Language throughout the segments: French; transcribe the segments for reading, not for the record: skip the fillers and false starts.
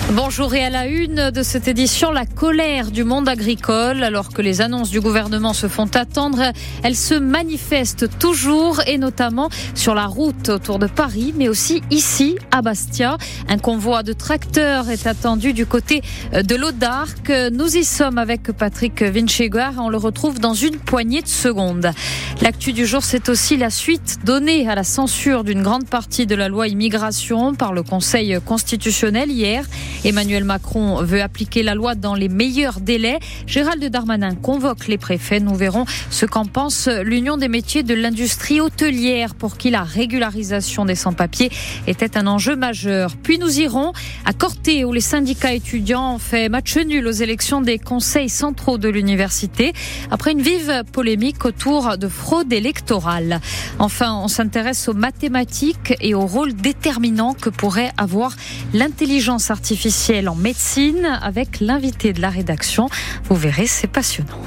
Bonjour et à la une de cette édition, la colère du monde agricole. Alors que les annonces du gouvernement se font attendre, elles se manifestent toujours et notamment sur la route autour de Paris, mais aussi ici à Bastia. Un convoi de tracteurs est attendu du côté de l'Audarque. Nous y sommes avec Patrick Vinciguar et on le retrouve dans une poignée de secondes. L'actu du jour, c'est aussi la suite donnée à la censure d'une grande partie de la loi immigration par le Conseil constitutionnel hier. Emmanuel Macron veut appliquer la loi dans les meilleurs délais. Gérald Darmanin convoque les préfets. Nous verrons ce qu'en pense l'Union des métiers de l'industrie hôtelière pour qui la régularisation des sans-papiers était un enjeu majeur. Puis nous irons à Corté où les syndicats étudiants ont fait match nul aux élections des conseils centraux de l'université après une vive polémique autour de fraude électorale. Enfin, on s'intéresse aux mathématiques et au rôle déterminant que pourrait avoir l'intelligence artificielle en médecine avec l'invité de la rédaction. Vous verrez, c'est passionnant.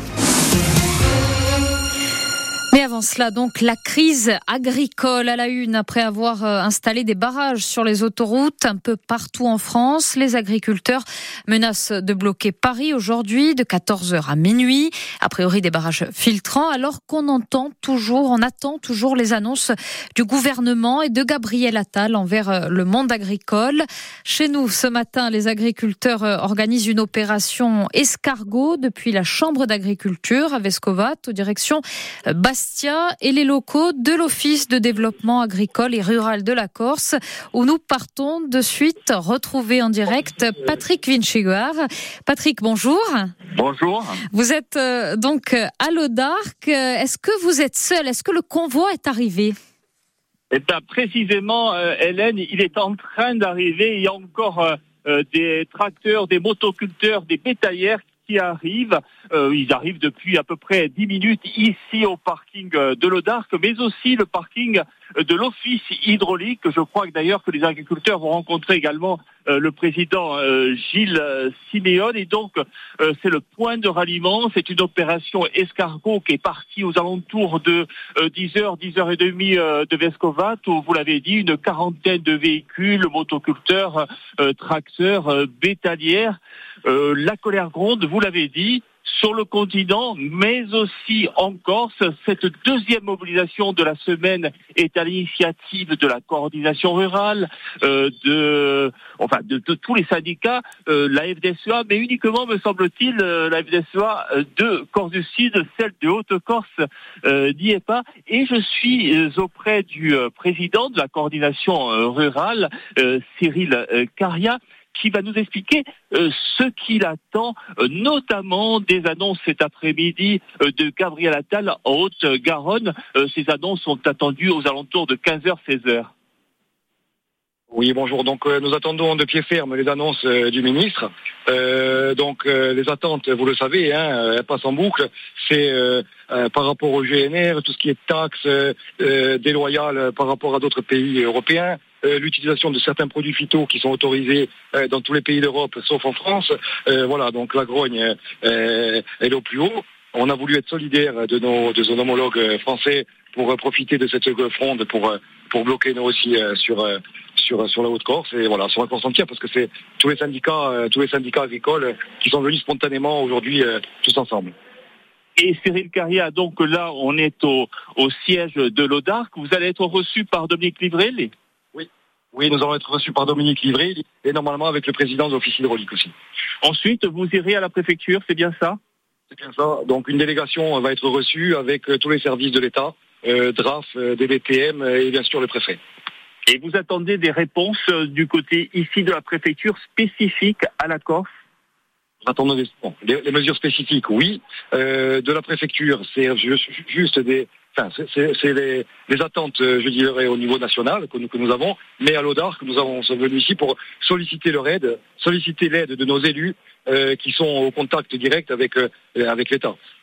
Mais avant cela, donc, la crise agricole à la une. Après avoir installé des barrages sur les autoroutes un peu partout en France, les agriculteurs menacent de bloquer Paris aujourd'hui de 14h à minuit. A priori, des barrages filtrants, alors qu'on attend toujours les annonces du gouvernement et de Gabriel Attal envers le monde agricole. Chez nous, ce matin, les agriculteurs organisent une opération escargot depuis la Chambre d'agriculture à Vescovat, aux directions Bastia et les locaux de l'Office de développement agricole et rural de la Corse, où nous partons de suite retrouver en direct Patrick Vinciguar. Patrick, bonjour. Bonjour. Vous êtes donc à l'Audarque. Est-ce que vous êtes seul? Est-ce que le convoi est arrivé? Eh bien, précisément, Hélène, il est en train d'arriver. Il y a encore des tracteurs, des motoculteurs, des bétaillères qui arrivent. Ils arrivent depuis à peu près 10 minutes ici au parking de l'Audarque, mais aussi le parking de l'Office hydraulique. Je crois que d'ailleurs que les agriculteurs vont rencontrer également le président Gilles Siméon. Et donc, c'est le point de ralliement. C'est une opération escargot qui est partie aux alentours de 10h, 10h30 de Vescovat, où, vous l'avez dit, une quarantaine de véhicules, motoculteurs, tracteurs, bétaillères. La colère gronde, vous l'avez dit, sur le continent, mais aussi en Corse. Cette deuxième mobilisation de la semaine est à l'initiative de la coordination rurale, de tous les syndicats, la FDSEA, mais uniquement, me semble-t-il, la FDSEA de Corse du Sud, celle de Haute-Corse n'y est pas. Et je suis auprès du président de la coordination rurale, Cyril Caria, qui va nous expliquer ce qu'il attend, notamment des annonces cet après-midi de Gabriel Attal en Haute-Garonne. Ces annonces sont attendues aux alentours de 15h, 16h. Oui, bonjour. Donc, nous attendons de pied ferme les annonces du ministre. Les attentes, vous le savez, elles passent en boucle. C'est par rapport au GNR, tout ce qui est taxes déloyales par rapport à d'autres pays européens. L'utilisation de certains produits phyto qui sont autorisés dans tous les pays d'Europe, sauf en France. Donc la grogne est au plus haut. On a voulu être solidaire de nos homologues français pour profiter de cette fronde pour bloquer nous aussi sur la Haute-Corse et voilà, sur la Corse entière, parce que c'est tous les syndicats agricoles qui sont venus spontanément aujourd'hui tous ensemble. Et Cyril Caria, donc là, on est au siège de l'Audarque. Vous allez être reçu par Dominique Livré. Oui, nous allons être reçus par Dominique Livré et normalement avec le président de l'Office hydraulique aussi. Ensuite, vous irez à la préfecture, c'est bien ça? C'est bien ça. Donc une délégation va être reçue avec tous les services de l'État, DRAF, DDTM et bien sûr le préfet. Et vous attendez des réponses du côté ici de la préfecture spécifiques à la Corse? Nous attendons des mesures spécifiques, oui. De la préfecture, c'est juste c'est les attentes, je dirais, au niveau national que nous avons, mais à l'Audarque, nous sommes venus ici pour solliciter l'aide de nos élus qui sont au contact direct avec l'État.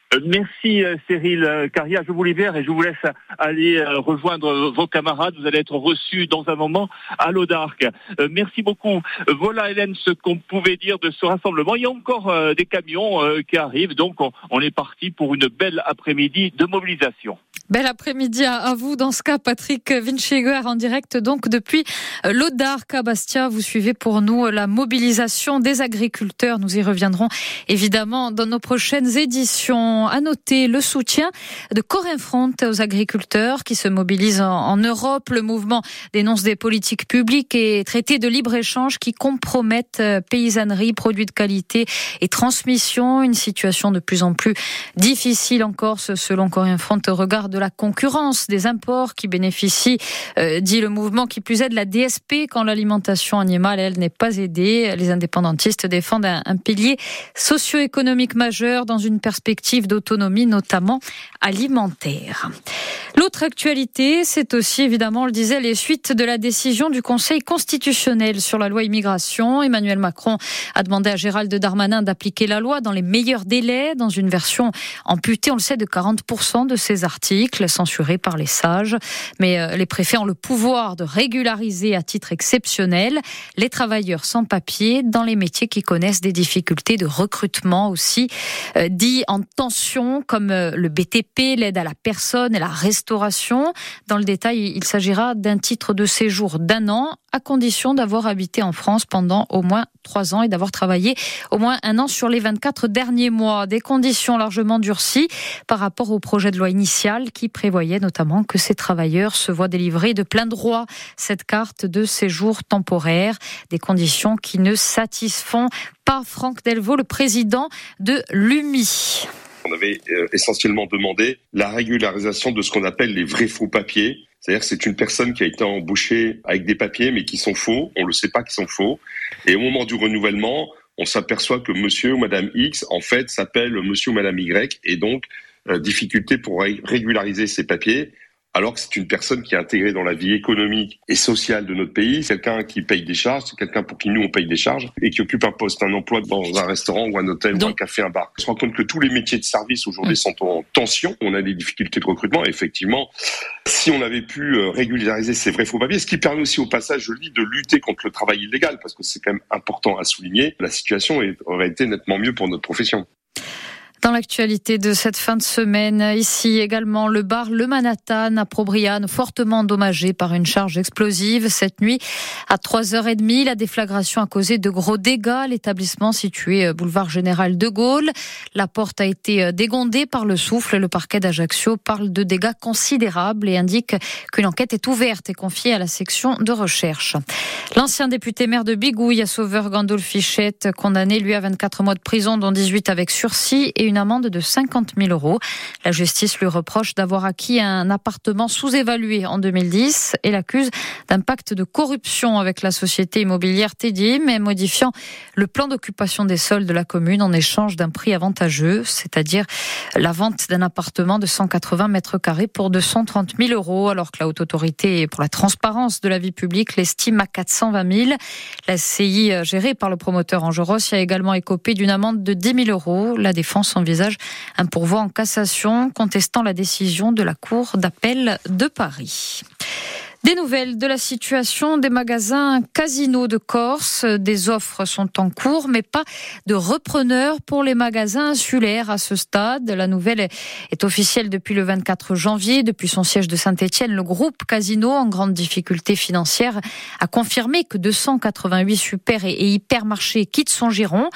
Merci Cyril Caria, je vous libère et je vous laisse aller rejoindre vos camarades. Vous allez être reçus dans un moment à l'Audarc. Merci beaucoup. Voilà Hélène ce qu'on pouvait dire de ce rassemblement. Il y a encore des camions qui arrivent, donc on est parti pour une belle après-midi de mobilisation. Bel après-midi à vous dans ce cas, Patrick Vinciguer en direct donc depuis l'Audarc à Bastia. Vous suivez pour nous la mobilisation des agriculteurs. Nous y reviendrons évidemment dans nos prochaines éditions. À noter le soutien de Corinne Front aux agriculteurs qui se mobilisent en Europe. Le mouvement dénonce des politiques publiques et traités de libre-échange qui compromettent paysannerie, produits de qualité et transmission. Une situation de plus en plus difficile en Corse selon Corinne Front au regard de la concurrence des imports qui bénéficient, dit le mouvement, qui plus est de la DSP quand l'alimentation animale, elle, n'est pas aidée. Les indépendantistes défendent un pilier socio-économique majeur dans une perspective d'autonomie, notamment alimentaire. L'autre actualité, c'est aussi, évidemment, on le disait, les suites de la décision du Conseil constitutionnel sur la loi immigration. Emmanuel Macron a demandé à Gérald Darmanin d'appliquer la loi dans les meilleurs délais, dans une version amputée, on le sait, de 40% de ses articles, censurés par les sages. Mais les préfets ont le pouvoir de régulariser à titre exceptionnel les travailleurs sans papier dans les métiers qui connaissent des difficultés de recrutement aussi, dits en tension, comme le BTP, l'aide à la personne et la restauration. Dans le détail, il s'agira d'un titre de séjour d'1 an, à condition d'avoir habité en France pendant au moins 3 ans et d'avoir travaillé au moins 1 an sur les 24 derniers mois. Des conditions largement durcies par rapport au projet de loi initial qui prévoyait notamment que ces travailleurs se voient délivrer de plein droit cette carte de séjour temporaire. Des conditions qui ne satisfont pas Franck Delvaux, le président de l'UMI. On avait essentiellement demandé la régularisation de ce qu'on appelle les vrais faux papiers. C'est-à-dire que c'est une personne qui a été embauchée avec des papiers mais qui sont faux. On ne le sait pas qu'ils sont faux. Et au moment du renouvellement, on s'aperçoit que monsieur ou madame X, en fait, s'appelle monsieur ou madame Y. Et donc, difficulté pour régulariser ces papiers. Alors que c'est une personne qui est intégrée dans la vie économique et sociale de notre pays. C'est quelqu'un qui paye des charges, c'est quelqu'un pour qui nous on paye des charges et qui occupe un poste, un emploi dans un restaurant ou un hôtel ou un café, un bar. On se rend compte que tous les métiers de service aujourd'hui sont en tension. On a des difficultés de recrutement. Et effectivement, si on avait pu régulariser ces vrais faux papiers, ce qui permet aussi au passage, je le dis, de lutter contre le travail illégal, parce que c'est quand même important à souligner, la situation aurait été nettement mieux pour notre profession. Dans l'actualité de cette fin de semaine, ici également, le bar Le Manhattan à Probriane, fortement endommagé par une charge explosive. Cette nuit, à 3h30, la déflagration a causé de gros dégâts. L'établissement situé boulevard Général de Gaulle. La porte a été dégondée par le souffle. Le parquet d'Ajaccio parle de dégâts considérables et indique qu'une enquête est ouverte et confiée à la section de recherche. L'ancien député maire de Bigouille, à Sauveur Gandolf Fichette, condamné lui à 24 mois de prison, dont 18 avec sursis et une amende de 50 000 €. La justice lui reproche d'avoir acquis un appartement sous-évalué en 2010 et l'accuse d'un pacte de corruption avec la société immobilière Tedim, mais modifiant le plan d'occupation des sols de la commune en échange d'un prix avantageux, c'est-à-dire la vente d'un appartement de 180 mètres carrés pour 230 000 €, alors que la Haute Autorité pour la transparence de la vie publique l'estime à 420 000. La CI gérée par le promoteur Angeros a également écopé d'une amende de 10 000 €. La défense envisage un pourvoi en cassation contestant la décision de la Cour d'appel de Paris. Des nouvelles de la situation des magasins Casino de Corse. Des offres sont en cours, mais pas de repreneurs pour les magasins insulaires à ce stade. La nouvelle est officielle depuis le 24 janvier. Depuis son siège de Saint-Étienne, le groupe Casino, en grande difficulté financière, a confirmé que 288 super et hypermarchés quittent son giron.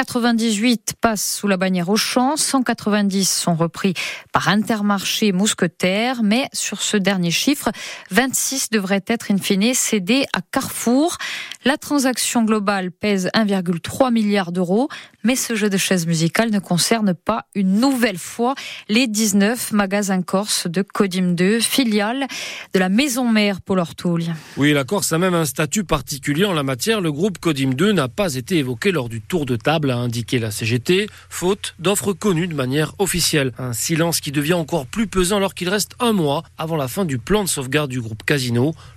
98 passent sous la bannière Auchan. 190 sont repris par Intermarché Mousquetaire. Mais sur ce dernier chiffre, 26 devrait être in fine cédé à Carrefour. La transaction globale pèse 1,3 milliard €, mais ce jeu de chaises musicales ne concerne pas une nouvelle fois les 19 magasins corses de Codim 2, filiale de la maison mère Paul Ortouille. Oui, la Corse a même un statut particulier en la matière. Le groupe Codim 2 n'a pas été évoqué lors du tour de table, a indiqué la CGT, faute d'offres connues de manière officielle. Un silence qui devient encore plus pesant alors qu'il reste 1 mois avant la fin du plan de sauvegarde du groupe Casino. Le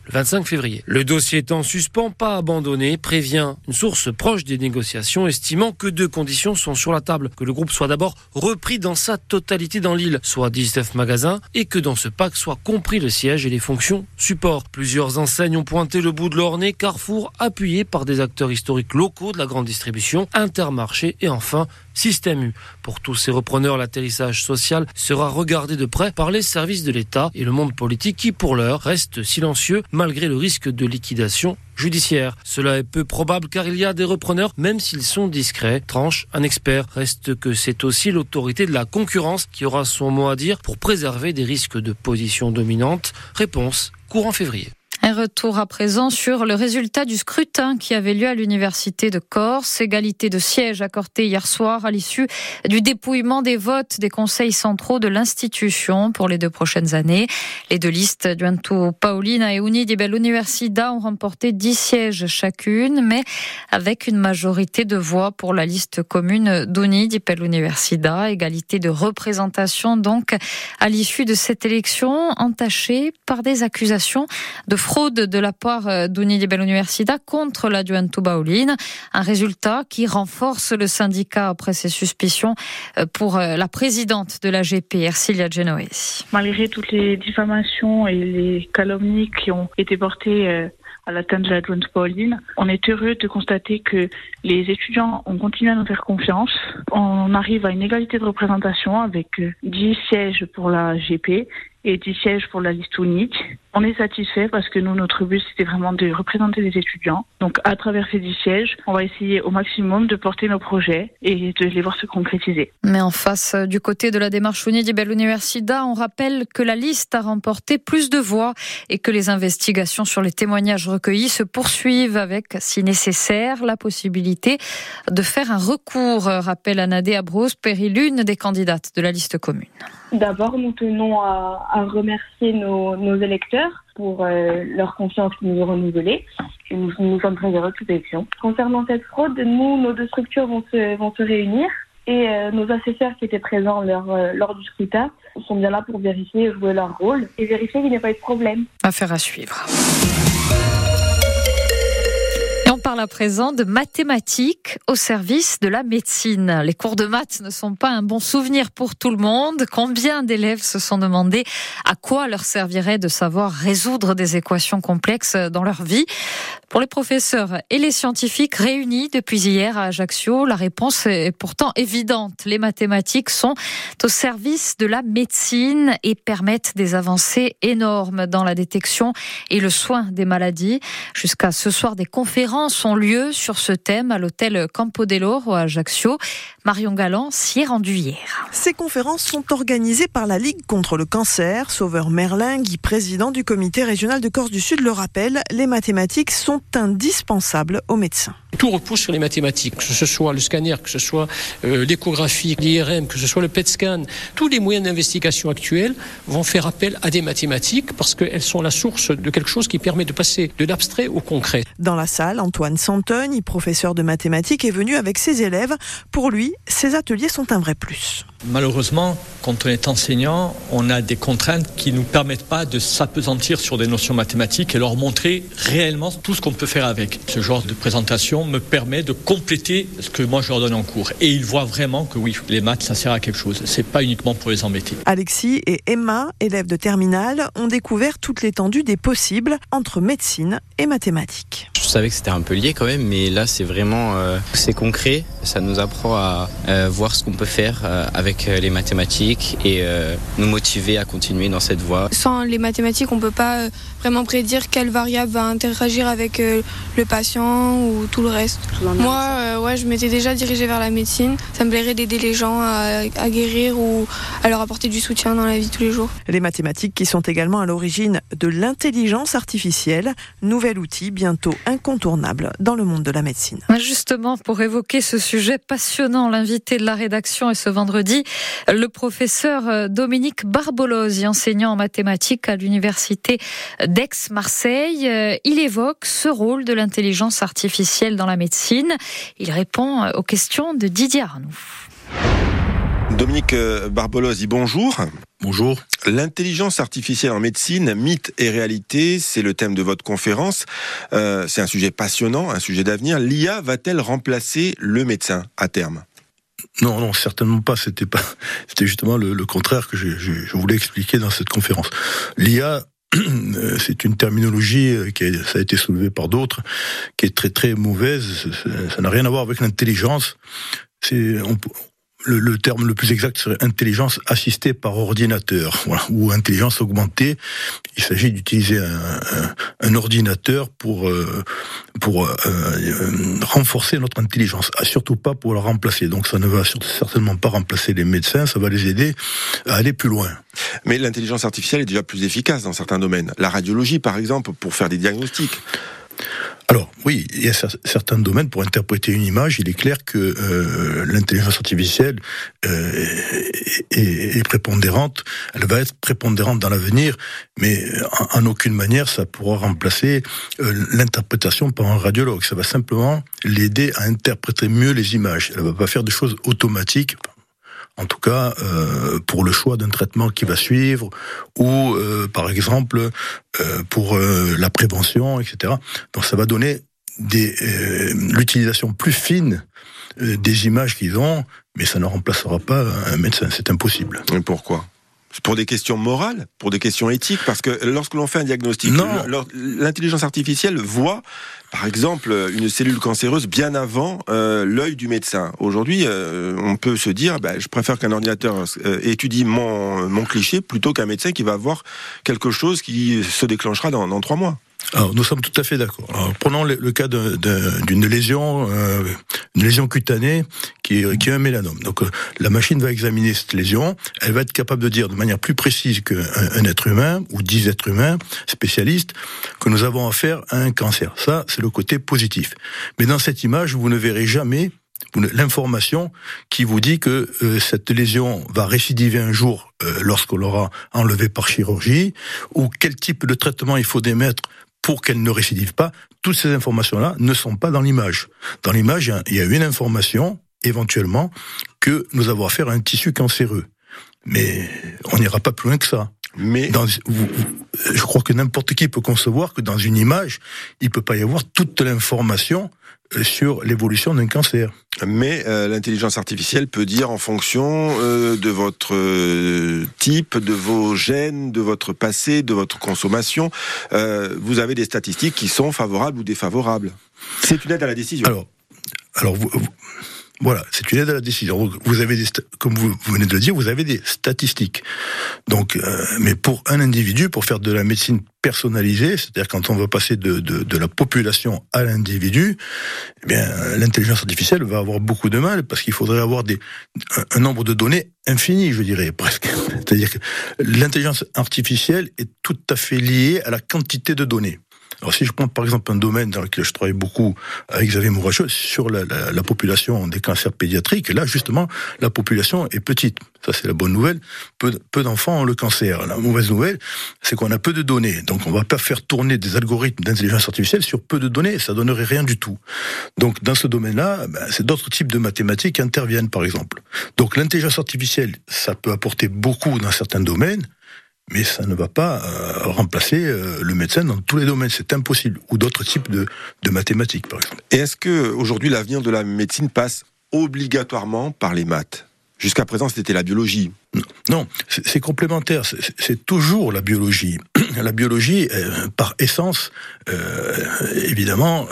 le 25 février. Le dossier est en suspens, pas abandonné, prévient une source proche des négociations, estimant que 2 conditions sont sur la table. Que le groupe soit d'abord repris dans sa totalité dans l'île, soit 19 magasins, et que dans ce pacte soit compris le siège et les fonctions support. Plusieurs enseignes ont pointé le bout de leur nez, Carrefour appuyé par des acteurs historiques locaux de la grande distribution, Intermarché et enfin Système U. Pour tous ces repreneurs, l'atterrissage social sera regardé de près par les services de l'État et le monde politique qui, pour l'heure, reste silencieux malgré le risque de liquidation judiciaire. Cela est peu probable car il y a des repreneurs, même s'ils sont discrets, tranche un expert. Reste que c'est aussi l'autorité de la concurrence qui aura son mot à dire pour préserver des risques de position dominante. Réponse courant février. Un retour à présent sur le résultat du scrutin qui avait lieu à l'Université de Corse. Égalité de sièges accordée hier soir à l'issue du dépouillement des votes des conseils centraux de l'institution pour les 2 prochaines années. Les 2 listes, Juventud Paulina et Uni di Bell'Università, ont remporté 10 sièges chacune, mais avec une majorité de voix pour la liste commune d'Uni di Bell'Università. Égalité de représentation donc à l'issue de cette élection entachée par des accusations de fraude de la part d'Uni di Bell'Università contre la Juventud Paulina. Un résultat qui renforce le syndicat après ses suspicions pour la présidente de la GP, Ercilia Genovesi. Malgré toutes les diffamations et les calomnies qui ont été portées à l'atteinte de la Juventud Paulina, on est heureux de constater que les étudiants ont continué à nous faire confiance. On arrive à une égalité de représentation avec 10 sièges pour la GP et 10 sièges pour la liste unique. On est satisfait parce que nous, notre but, c'était vraiment de représenter les étudiants. Donc, à travers ces 10 sièges, on va essayer au maximum de porter nos projets et de les voir se concrétiser. Mais en face, du côté de la démarche Uni di Bell'Università, on rappelle que la liste a remporté plus de voix et que les investigations sur les témoignages recueillis se poursuivent avec, si nécessaire, la possibilité de faire un recours, rappelle Anadé Abrous-Perry, l'une des candidates de la liste commune. D'abord, nous tenons à remercier nos électeurs pour leur confiance qu'ils nous ont renouvelée. Et nous sommes très heureux de cette élection. Concernant cette fraude, nos 2 structures vont se réunir et nos assesseurs qui étaient présents lors du scrutin sont bien là pour vérifier et jouer leur rôle et vérifier qu'il n'y a pas eu de problème. Affaire à suivre. On parle à présent de mathématiques au service de la médecine. Les cours de maths ne sont pas un bon souvenir pour tout le monde. Combien d'élèves se sont demandé à quoi leur servirait de savoir résoudre des équations complexes dans leur vie ? Pour les professeurs et les scientifiques réunis depuis hier à Ajaccio, la réponse est pourtant évidente. Les mathématiques sont au service de la médecine et permettent des avancées énormes dans la détection et le soin des maladies. Jusqu'à ce soir, des conférences ont lieu sur ce thème à l'hôtel Campo dell'Oro à Ajaccio. Marion Galland s'y est rendue hier. Ces conférences sont organisées par la Ligue contre le cancer. Sauveur Merlingue, président du comité régional de Corse du Sud, le rappelle, les mathématiques sont indispensables aux médecins. Tout repose sur les mathématiques, que ce soit le scanner, que ce soit l'échographie, l'IRM, que ce soit le PET scan. Tous les moyens d'investigation actuels vont faire appel à des mathématiques parce qu'elles sont la source de quelque chose qui permet de passer de l'abstrait au concret. Dans la salle, Antoine Santogne, professeur de mathématiques, est venu avec ses élèves. Pour lui, ces ateliers sont un vrai plus. Malheureusement, quand on est enseignant, on a des contraintes qui ne nous permettent pas de s'appesantir sur des notions mathématiques et leur montrer réellement tout ce qu'on peut faire avec. Ce genre de présentation me permet de compléter ce que moi je leur donne en cours. Et ils voient vraiment que oui, les maths, ça sert à quelque chose. C'est pas uniquement pour les embêter. Alexis et Emma, élèves de terminale, ont découvert toute l'étendue des possibles entre médecine et mathématiques. Je savais que c'était un peu lié quand même, mais là c'est vraiment c'est concret. Ça nous apprend à voir ce qu'on peut faire avec les mathématiques et nous motiver à continuer dans cette voie. Sans les mathématiques, on ne peut pas vraiment prédire quelle variable va interagir avec le patient ou tout le reste. Moi, je m'étais déjà dirigée vers la médecine. Ça me plairait d'aider les gens à guérir ou à leur apporter du soutien dans la vie de tous les jours. Les mathématiques qui sont également à l'origine de l'intelligence artificielle, nouvel outil bientôt incontournable dans le monde de la médecine. Justement, pour évoquer ce sujet passionnant, l'invité de la rédaction est ce vendredi le professeur Dominique Barbolosi, enseignant en mathématiques à l'université d'Aix-Marseille. Il évoque ce rôle de l'intelligence artificielle dans la médecine. Il répond aux questions de Didier Arnoux. Dominique Barbelozzi, bonjour. Bonjour. L'intelligence artificielle en médecine, mythe et réalité, c'est le thème de votre conférence. C'est un sujet passionnant, un sujet d'avenir. L'IA va-t-elle remplacer le médecin à terme ? Non, certainement pas. C'était justement le contraire que je voulais expliquer dans cette conférence. L'IA, c'est une terminologie ça a été soulevé par d'autres, qui est très très mauvaise. Ça n'a rien à voir avec l'intelligence. Le terme le plus exact serait intelligence assistée par ordinateur, voilà, ou intelligence augmentée. Il s'agit d'utiliser un ordinateur pour renforcer notre intelligence, surtout pas pour la remplacer. Donc ça ne va certainement pas remplacer les médecins, ça va les aider à aller plus loin. Mais l'intelligence artificielle est déjà plus efficace dans certains domaines. La radiologie, par exemple, pour faire des diagnostics. Alors oui, il y a certains domaines pour interpréter une image. Il est clair que l'intelligence artificielle est prépondérante. Elle va être prépondérante dans l'avenir, mais en aucune manière ça pourra remplacer l'interprétation par un radiologue. Ça va simplement l'aider à interpréter mieux les images. Elle va pas faire des choses automatiques. En tout cas, pour le choix d'un traitement qui va suivre, ou par exemple pour la prévention, etc. Donc ça va donner l'utilisation plus fine des images qu'ils ont, mais ça ne remplacera pas un médecin, c'est impossible. Et pourquoi ? C'est pour des questions morales, pour des questions éthiques, parce que lorsque l'on fait un diagnostic, l'intelligence artificielle voit, par exemple, une cellule cancéreuse bien avant l'œil du médecin. Aujourd'hui, on peut se dire, je préfère qu'un ordinateur étudie mon cliché plutôt qu'un médecin qui va voir quelque chose qui se déclenchera dans 3 mois. Alors, nous sommes tout à fait d'accord. Alors, prenons le cas d'une lésion, une lésion cutanée qui est un mélanome. Donc, la machine va examiner cette lésion. Elle va être capable de dire de manière plus précise qu'un être humain ou 10 êtres humains spécialistes que nous avons affaire à un cancer. Ça, c'est le côté positif. Mais dans cette image, vous ne verrez jamais l'information qui vous dit que cette lésion va récidiver un jour lorsqu'on l'aura enlevée par chirurgie, ou quel type de traitement il faut démettre pour qu'elle ne récidive pas. Toutes ces informations-là ne sont pas dans l'image. Dans l'image, il y a une information, éventuellement, que nous avons affaire à un tissu cancéreux. Mais on n'ira pas plus loin que ça. Mais je crois que n'importe qui peut concevoir que dans une image, il ne peut pas y avoir toute l'information sur l'évolution d'un cancer. Mais l'intelligence artificielle peut dire en fonction de votre type, de vos gènes, de votre passé, de votre consommation, vous avez des statistiques qui sont favorables ou défavorables. C'est une aide à la décision. Alors voilà, c'est une aide à la décision. Vous avez comme vous venez de le dire, vous avez des statistiques. Donc, mais pour un individu, pour faire de la médecine personnalisée, c'est-à-dire quand on va passer de la population à l'individu, eh bien, l'intelligence artificielle va avoir beaucoup de mal parce qu'il faudrait avoir un nombre de données infini, je dirais presque. C'est-à-dire que l'intelligence artificielle est tout à fait liée à la quantité de données. Alors si je prends par exemple un domaine dans lequel je travaille beaucoup avec Xavier Mouracheux, sur la population des cancers pédiatriques, là justement la population est petite. Ça c'est la bonne nouvelle, peu d'enfants ont le cancer. La mauvaise nouvelle, c'est qu'on a peu de données. Donc on va pas faire tourner des algorithmes d'intelligence artificielle sur peu de données, ça donnerait rien du tout. Donc dans ce domaine-là, c'est d'autres types de mathématiques qui interviennent par exemple. Donc l'intelligence artificielle, ça peut apporter beaucoup dans certains domaines, mais ça ne va pas remplacer le médecin dans tous les domaines, c'est impossible. Ou d'autres types de mathématiques, par exemple. Et est-ce que aujourd'hui l'avenir de la médecine passe obligatoirement par les maths ? Jusqu'à présent, c'était la biologie. Non, c'est complémentaire. C'est toujours la biologie. La biologie, par essence, évidemment,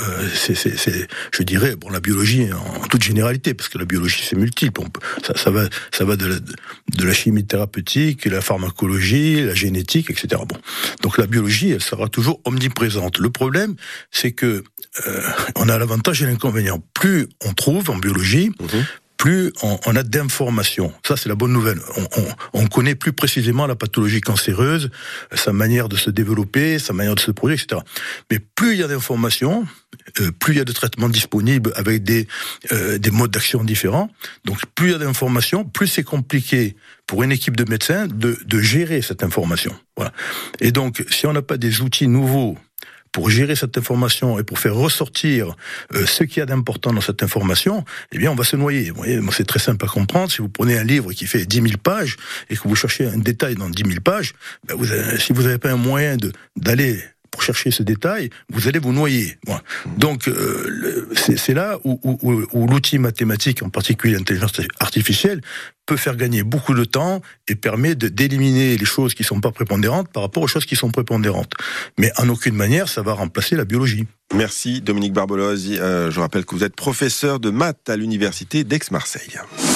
je dirais, la biologie en toute généralité, parce que la biologie c'est multiple. Ça va de la chimie thérapeutique, la pharmacologie, la génétique, etc. Donc la biologie, elle sera toujours omniprésente. Le problème, c'est que on a l'avantage et l'inconvénient. Plus on trouve en biologie, plus on a d'informations. Ça, c'est la bonne nouvelle. On connaît plus précisément la pathologie cancéreuse, sa manière de se développer, sa manière de se produire, etc. Mais plus il y a d'informations, plus il y a de traitements disponibles avec des modes d'action différents. Donc, plus il y a d'informations, plus c'est compliqué pour une équipe de médecins de gérer cette information. Voilà. Et donc, si on n'a pas des outils nouveaux pour gérer cette information et pour faire ressortir ce qu'il y a d'important dans cette information, eh bien, on va se noyer. Vous voyez, c'est très simple à comprendre. Si vous prenez un livre qui fait 10 000 pages et que vous cherchez un détail dans 10 000 pages, si vous n'avez pas un moyen d'aller pour chercher ce détail, vous allez vous noyer. Voilà. Donc, c'est là où l'outil mathématique, en particulier l'intelligence artificielle, peut faire gagner beaucoup de temps et permet d'éliminer les choses qui ne sont pas prépondérantes par rapport aux choses qui sont prépondérantes. Mais en aucune manière, ça va remplacer la biologie. Merci Dominique Barbelozzi. Je rappelle que vous êtes professeur de maths à l'université d'Aix-Marseille.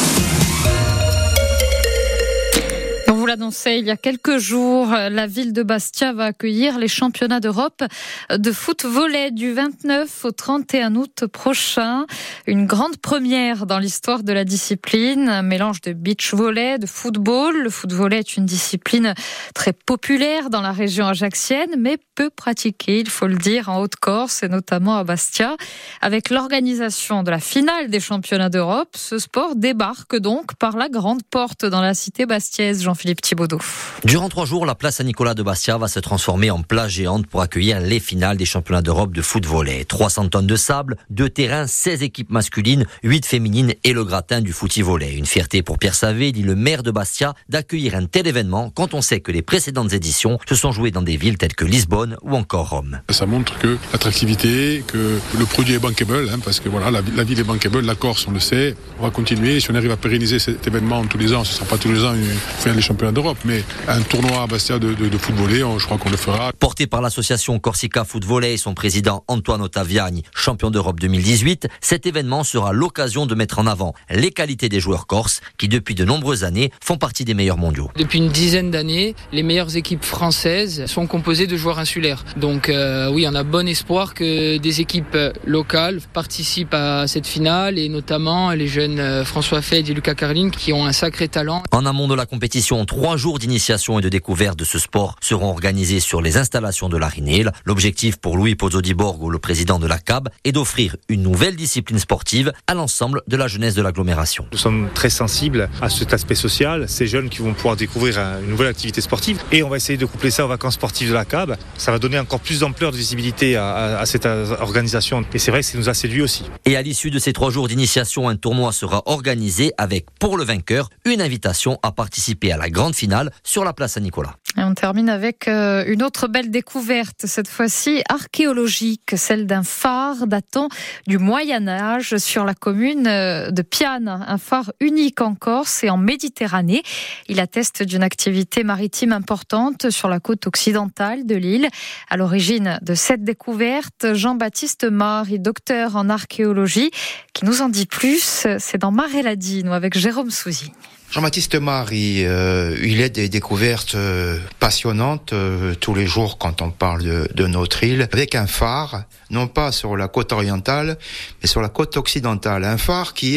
On vous l'annonçait il y a quelques jours, la ville de Bastia va accueillir les championnats d'Europe de foot-volley du 29 au 31 août prochain. Une grande première dans l'histoire de la discipline, un mélange de beach-volley, de football. Le foot-volley est une discipline très populaire dans la région ajaxienne, mais peu pratiquée, il faut le dire, en Haute-Corse et notamment à Bastia. Avec l'organisation de la finale des championnats d'Europe, ce sport débarque donc par la grande porte dans la cité bastiaise. Jean-Philippe Thibaudot. Durant 3 jours, la place Saint-Nicolas de Bastia va se transformer en plage géante pour accueillir les finales des championnats d'Europe de foot-volley. 300 tonnes de sable, 2 terrains, 16 équipes masculines, 8 féminines et le gratin du footy-volley. Une fierté pour Pierre Savé, dit le maire de Bastia, d'accueillir un tel événement quand on sait que les précédentes éditions se sont jouées dans des villes telles que Lisbonne ou encore Rome. Ça montre que l'attractivité, que le produit est bankable, parce que voilà, la ville est bankable, la Corse, on le sait. On va continuer. Si on arrive à pérenniser cet événement tous les ans, ce ne sera pas tous les ans faire les championnats d'Europe, mais un tournoi à Bastia de foot-volley, je crois qu'on le fera. Porté par l'association Corsica Foot-Volley et son président Antoine Ottaviani, champion d'Europe 2018, cet événement sera l'occasion de mettre en avant les qualités des joueurs corses qui, depuis de nombreuses années, font partie des meilleurs mondiaux. Depuis une dizaine d'années, les meilleures équipes françaises sont composées de joueurs insulaires. Donc oui, on a bon espoir que des équipes locales participent à cette finale et notamment les jeunes François Fed et Lucas Carlin qui ont un sacré talent. En amont de la compétition, 3 jours d'initiation et de découverte de ce sport seront organisés sur les installations de l'Arinil. L'objectif pour Louis Pozzo di Borgo, le président de la CAB, est d'offrir une nouvelle discipline sportive à l'ensemble de la jeunesse de l'agglomération. Nous sommes très sensibles à cet aspect social, ces jeunes qui vont pouvoir découvrir une nouvelle activité sportive et on va essayer de coupler ça aux vacances sportives de la CAB. Ça va donner encore plus d'ampleur, de visibilité à cette organisation et c'est vrai que ça nous a séduit aussi. Et à l'issue de ces 3 jours d'initiation, un tournoi sera organisé avec, pour le vainqueur, une invitation à participer à la grande finale sur la place Saint-Nicolas. Et on termine avec une autre belle découverte, cette fois-ci archéologique, celle d'un phare datant du Moyen-Âge sur la commune de Piane, un phare unique en Corse et en Méditerranée. Il atteste d'une activité maritime importante sur la côte occidentale de l'île. À l'origine de cette découverte, Jean-Baptiste Mari, docteur en archéologie, qui nous en dit plus. C'est dans Marelladino avec Jérôme Souzy. Jean-Baptiste Mari, il est des découvertes passionnantes tous les jours quand on parle de notre île, avec un phare, non pas sur la côte orientale, mais sur la côte occidentale. Un phare qui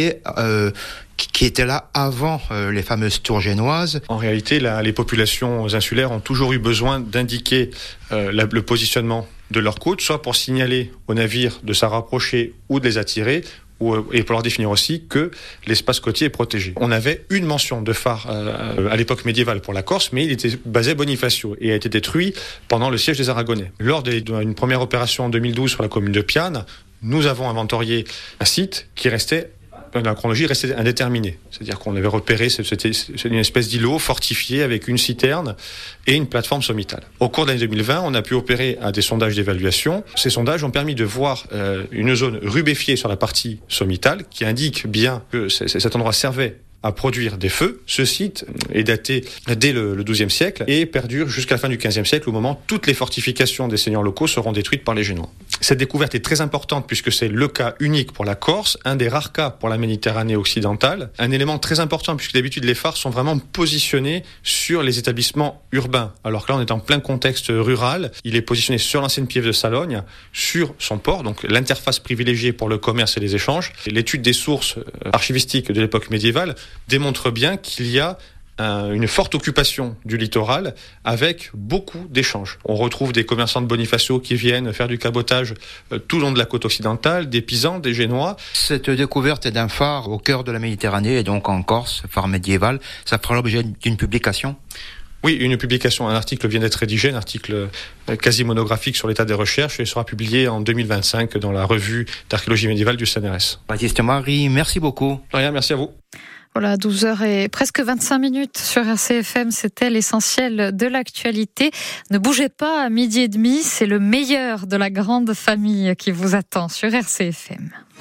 était là avant les fameuses tours génoises. En réalité, les populations insulaires ont toujours eu besoin d'indiquer le positionnement de leur côte, soit pour signaler aux navires de s'en rapprocher ou de les attirer, et pour leur définir aussi que l'espace côtier est protégé. On avait une mention de phare à l'époque médiévale pour la Corse, mais il était basé à Bonifacio et a été détruit pendant le siège des Aragonais. Lors d'une première opération en 2012 sur la commune de Piane, nous avons inventorié un site qui restait, la chronologie restait indéterminée. C'est-à-dire qu'on avait repéré, c'était une espèce d'îlot fortifié avec une citerne et une plateforme sommitale. Au cours de l'année 2020, on a pu opérer des sondages d'évaluation. Ces sondages ont permis de voir une zone rubéfiée sur la partie sommitale qui indique bien que cet endroit servait à produire des feux. Ce site est daté dès le XIIe siècle et perdure jusqu'à la fin du XVe siècle, au moment où toutes les fortifications des seigneurs locaux seront détruites par les Génois. Cette découverte est très importante puisque c'est le cas unique pour la Corse, un des rares cas pour la Méditerranée occidentale, un élément très important puisque d'habitude les phares sont vraiment positionnés sur les établissements urbains, alors que là on est en plein contexte rural. Il est positionné sur l'ancienne piève de Salogne, sur son port, donc l'interface privilégiée pour le commerce et les échanges. L'étude des sources archivistiques de l'époque médiévale démontre bien qu'il y a une forte occupation du littoral avec beaucoup d'échanges. On retrouve des commerçants de Bonifacio qui viennent faire du cabotage tout le long de la côte occidentale, des Pisans, des Génois. Cette découverte d'un phare au cœur de la Méditerranée et donc en Corse, phare médiéval, ça fera l'objet d'une publication ? Oui, une publication, un article vient d'être rédigé, un article quasi monographique sur l'état des recherches et sera publié en 2025 dans la revue d'archéologie médiévale du CNRS. Baptiste Marie, merci beaucoup. Rien, merci à vous. Voilà, 12h et presque 25 minutes sur RCFM, c'était l'essentiel de l'actualité. Ne bougez pas, à 12h30, c'est le meilleur de la grande famille qui vous attend sur RCFM.